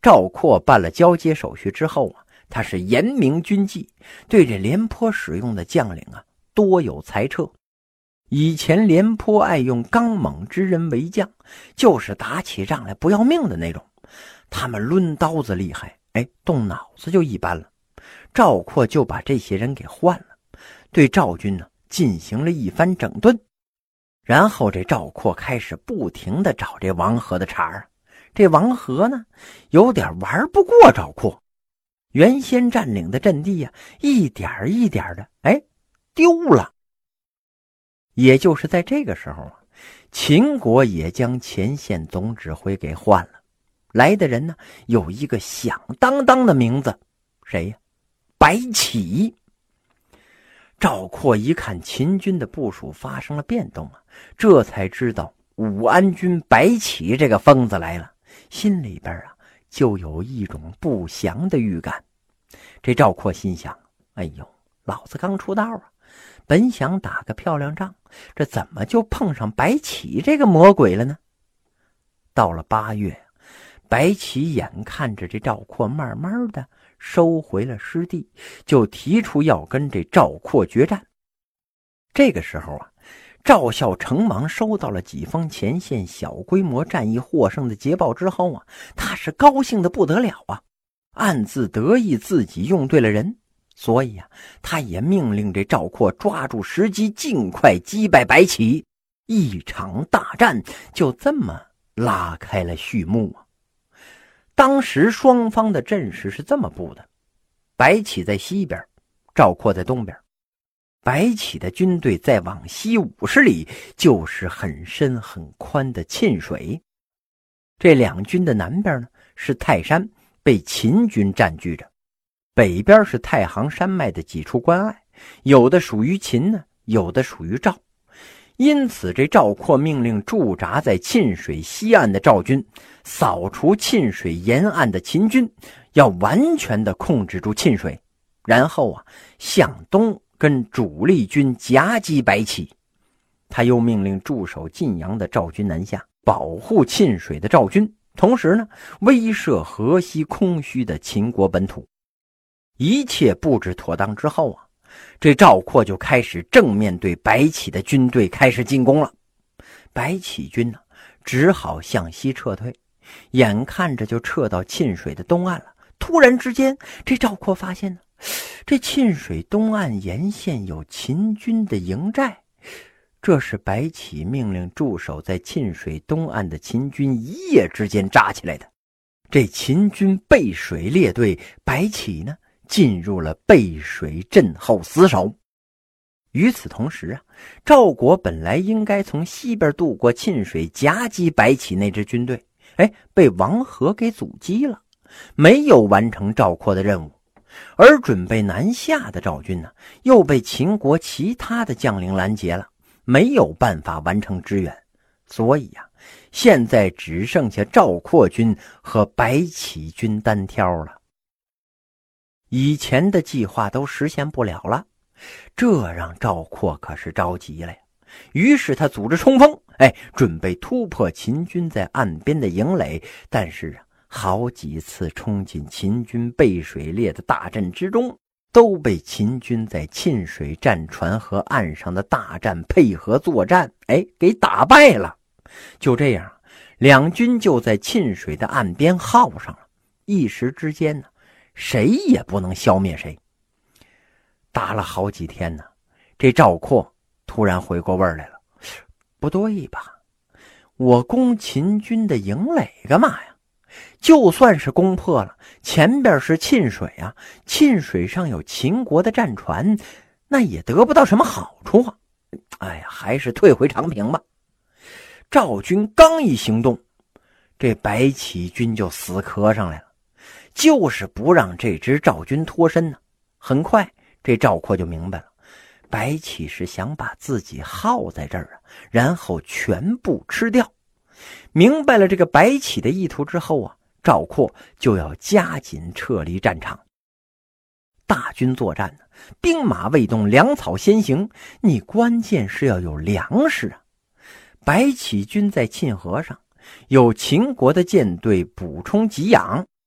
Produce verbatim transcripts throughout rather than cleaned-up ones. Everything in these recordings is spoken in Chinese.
赵括办了交接手续之后啊，他是严明军纪，对这廉颇使用的将领啊多有才彻。以前廉颇爱用刚猛之人为将，就是打起仗来不要命的那种，他们抡刀子厉害，哎，动脑子就一般了。赵括就把这些人给换了，对赵军呢进行了一番整顿。然后这赵括开始不停地找这王和的茬儿。这王和呢有点玩不过赵括，原先占领的阵地呀、啊、一点一点的哎丢了。也就是在这个时候啊，秦国也将前线总指挥给换了。来的人呢有一个响当当的名字，谁呀？白起。赵括一看秦军的部署发生了变动啊，这才知道武安军白起这个疯子来了，心里边啊就有一种不祥的预感。这赵括心想，哎呦，老子刚出道啊，本想打个漂亮仗，这怎么就碰上白起这个魔鬼了呢？到了八月，白起眼看着这赵括慢慢的收回了失地，就提出要跟这赵括决战。这个时候啊，赵孝成忙收到了几封前线小规模战役获胜的捷报之后啊，他是高兴的不得了啊，暗自得意自己用对了人。所以啊，他也命令这赵括抓住时机，尽快击败白起。一场大战就这么拉开了序幕啊。当时双方的阵势是这么布的，白起在西边，赵括在东边。白起的军队再往西五十里就是很深很宽的沁水。这两军的南边呢是泰山，被秦军占据着，北边是太行山脉的几处关隘，有的属于秦呢，有的属于赵。因此这赵括命令驻扎在沁水西岸的赵军扫除沁水沿岸的秦军，要完全的控制住沁水，然后啊向东跟主力军夹击白起。他又命令驻守晋阳的赵军南下，保护沁水的赵军，同时呢威慑河西空虚的秦国本土。一切布置妥当之后啊，这赵括就开始正面对白起的军队开始进攻了。白起军呢只好向西撤退，眼看着就撤到沁水的东岸了。突然之间，这赵括发现呢，这沁水东岸沿线有秦军的营寨，这是白起命令驻守在沁水东岸的秦军一夜之间扎起来的。这秦军背水列队，白起呢进入了背水阵后死守。与此同时啊，赵国本来应该从西边渡过沁水夹击白起那支军队，哎，被王和给阻击了，没有完成赵括的任务。而准备南下的赵军呢，又被秦国其他的将领拦截了，没有办法完成支援。所以啊，现在只剩下赵括军和白起军单挑了。以前的计划都实现不了了，这让赵括可是着急了呀。于是他组织冲锋，哎，准备突破秦军在岸边的营垒。但是啊，好几次冲进秦军背水列的大阵之中，都被秦军在沁水战船和岸上的大战配合作战，哎，给打败了。就这样，两军就在沁水的岸边耗上了。一时之间呢，谁也不能消灭谁。打了好几天呢，这赵括突然回过味儿来了，不对吧？我攻秦军的营垒干嘛呀？就算是攻破了，前边是沁水啊，沁水上有秦国的战船，那也得不到什么好处啊。哎呀，还是退回长平吧。赵军刚一行动，这白起军就死磕上来了，就是不让这支赵军脱身呢。很快这赵括就明白了，白起是想把自己耗在这儿啊，然后全部吃掉。明白了这个白起的意图之后啊，赵括就要加紧撤离战场。大军作战呢，兵马未动，粮草先行，你关键是要有粮食啊。白起军在沁河上有秦国的舰队补充给养，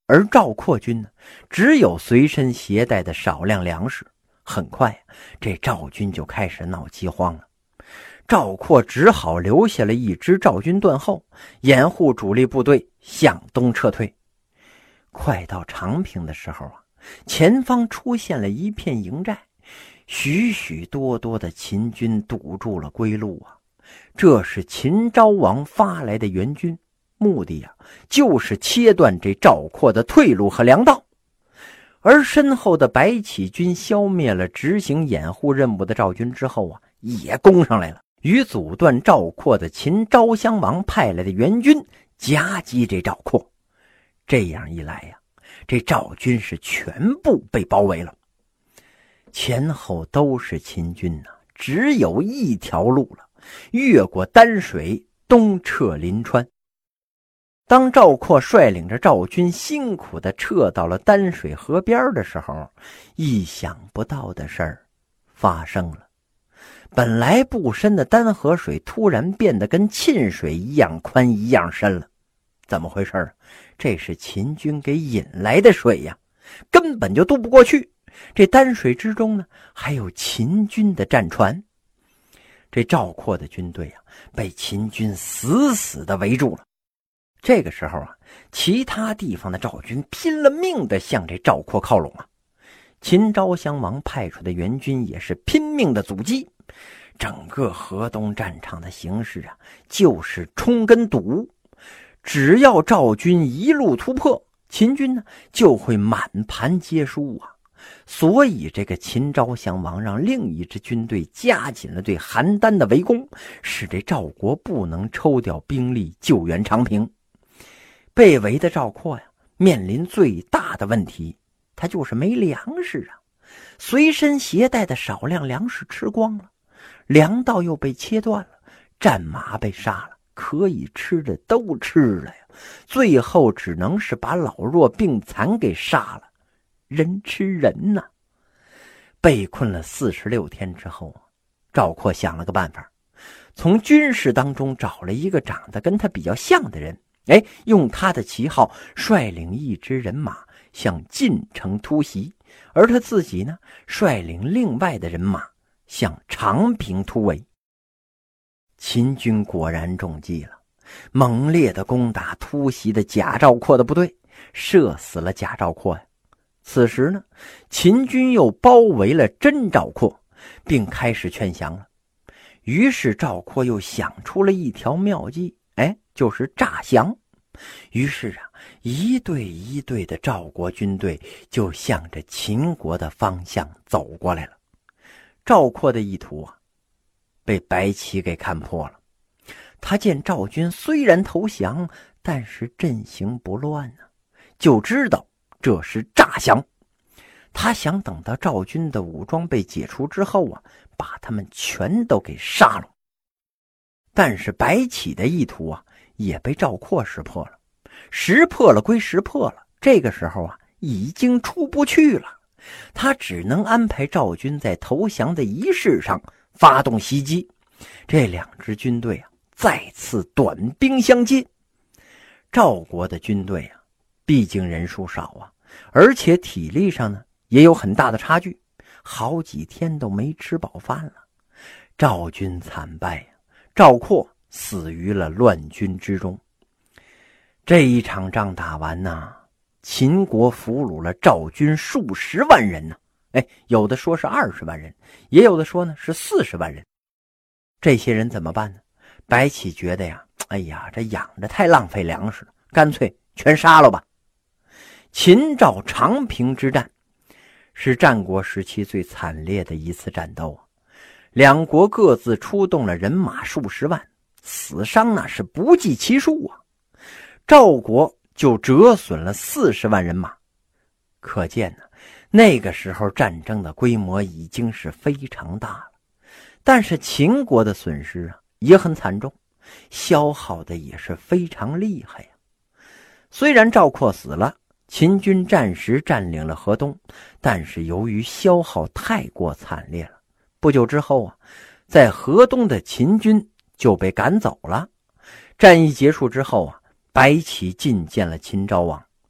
而赵括军呢，只有随身携带的少量粮食。很快这赵军就开始闹饥荒了。赵括只好留下了一支赵军断后，掩护主力部队向东撤退。快到长平的时候啊，前方出现了一片营寨，许许多多的秦军堵住了归路啊。这是秦昭王发来的援军，目的啊，就是切断这赵括的退路和粮道。而身后的白起军消灭了执行掩护任务的赵军之后啊，也攻上来了，与阻断赵括的秦昭襄王派来的援军夹击这赵括。这样一来呀、啊，这赵军是全部被包围了，前后都是秦军啊，只有一条路了，越过丹水，东撤临川。当赵括率领着赵军辛苦地撤到了丹水河边的时候，意想不到的事儿发生了。本来不深的丹河水突然变得跟沁水一样宽一样深了。怎么回事啊？这是秦军给引来的水呀，根本就渡不过去。这丹水之中呢，还有秦军的战船。这赵括的军队啊，被秦军死死地围住了。这个时候啊，其他地方的赵军拼了命地向这赵括靠拢啊。秦昭襄王派出的援军也是拼命的阻击。整个河东战场的形势啊，就是冲跟堵。只要赵军一路突破，秦军呢就会满盘皆输啊。所以这个秦昭襄王让另一支军队加紧了对邯郸的围攻，使这赵国不能抽调兵力救援长平。被围的赵括呀，面临最大的问题，他就是没粮食啊。随身携带的少量粮食吃光了，粮道又被切断了，战马被杀了，可以吃的都吃了呀，最后只能是把老弱病残给杀了，人吃人呐、啊。被困了四十六天之后，赵括想了个办法，从军士当中找了一个长得跟他比较像的人，哎，用他的旗号率领一支人马向晋城突袭，而他自己呢，率领另外的人马向长平突围。秦军果然中计了，猛烈的攻打突袭的假赵括的部队，射死了假赵括呀。此时呢，秦军又包围了真赵括，并开始劝降了。于是赵括又想出了一条妙计，哎，就是诈降。于是啊，一队一队的赵国军队就向着秦国的方向走过来了。赵括的意图啊，被白起给看破了。他见赵军虽然投降，但是阵型不乱呢、啊，就知道这是诈降。他想等到赵军的武装被解除之后啊，把他们全都给杀了。但是白起的意图啊，也被赵括识破了。识破了归识破了，这个时候啊，已经出不去了。他只能安排赵军在投降的仪式上发动袭击。这两支军队啊，再次短兵相接。赵国的军队啊，毕竟人数少啊，而且体力上呢也有很大的差距，好几天都没吃饱饭了。赵军惨败啊，赵括死于了乱军之中。这一场仗打完呐，秦国俘虏了赵军数十万人呢、啊。哎，有的说是二十万人，也有的说呢是四十万人。这些人怎么办呢？白起觉得呀，哎呀，这养着太浪费粮食了，干脆全杀了吧。秦赵长平之战是战国时期最惨烈的一次战斗啊，两国各自出动了人马数十万，死伤那是不计其数啊。赵国就折损了四十万人马，可见呢，那个时候战争的规模已经是非常大了。但是秦国的损失啊也很惨重，消耗的也是非常厉害呀。虽然赵括死了，秦军暂时占领了河东，但是由于消耗太过惨烈了，不久之后啊，在河东的秦军就被赶走了。战役结束之后啊，白起觐见了秦昭王，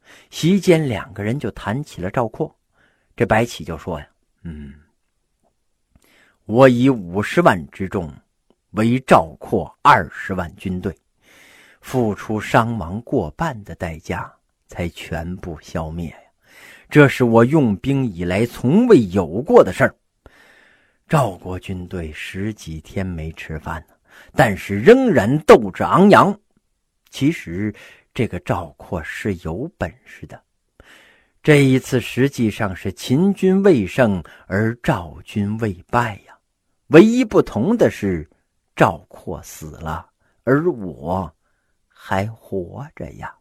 席间两个人就谈起了赵括。这白起就说呀，嗯，我以五十万之众为赵括二十万军队，付出伤亡过半的代价才全部消灭呀，这是我用兵以来从未有过的事儿。赵国军队十几天没吃饭呢，但是仍然斗志昂扬。其实这个赵括是有本事的，这一次实际上是秦军未胜而赵军未败呀，唯一不同的是赵括死了，而我还活着呀。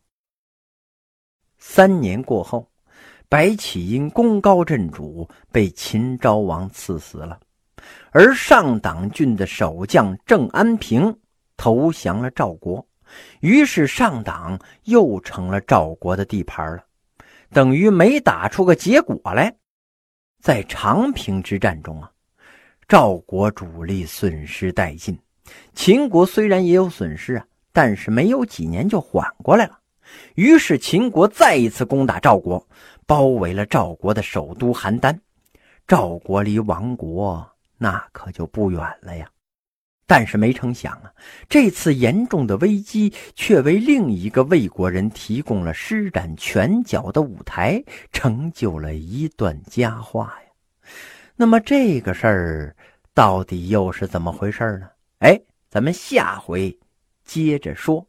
三年过后，白起因功高震主被秦昭王赐死了，而上党郡的守将郑安平投降了赵国，于是上党又成了赵国的地盘了，等于没打出个结果来。在长平之战中啊，赵国主力损失殆尽，秦国虽然也有损失啊，但是没有几年就缓过来了。于是秦国再一次攻打赵国，包围了赵国的首都邯郸。赵国离亡国那可就不远了呀。但是没成想啊，这次严重的危机却为另一个魏国人提供了施展拳脚的舞台，成就了一段佳话呀。那么这个事儿到底又是怎么回事呢？哎，咱们下回接着说。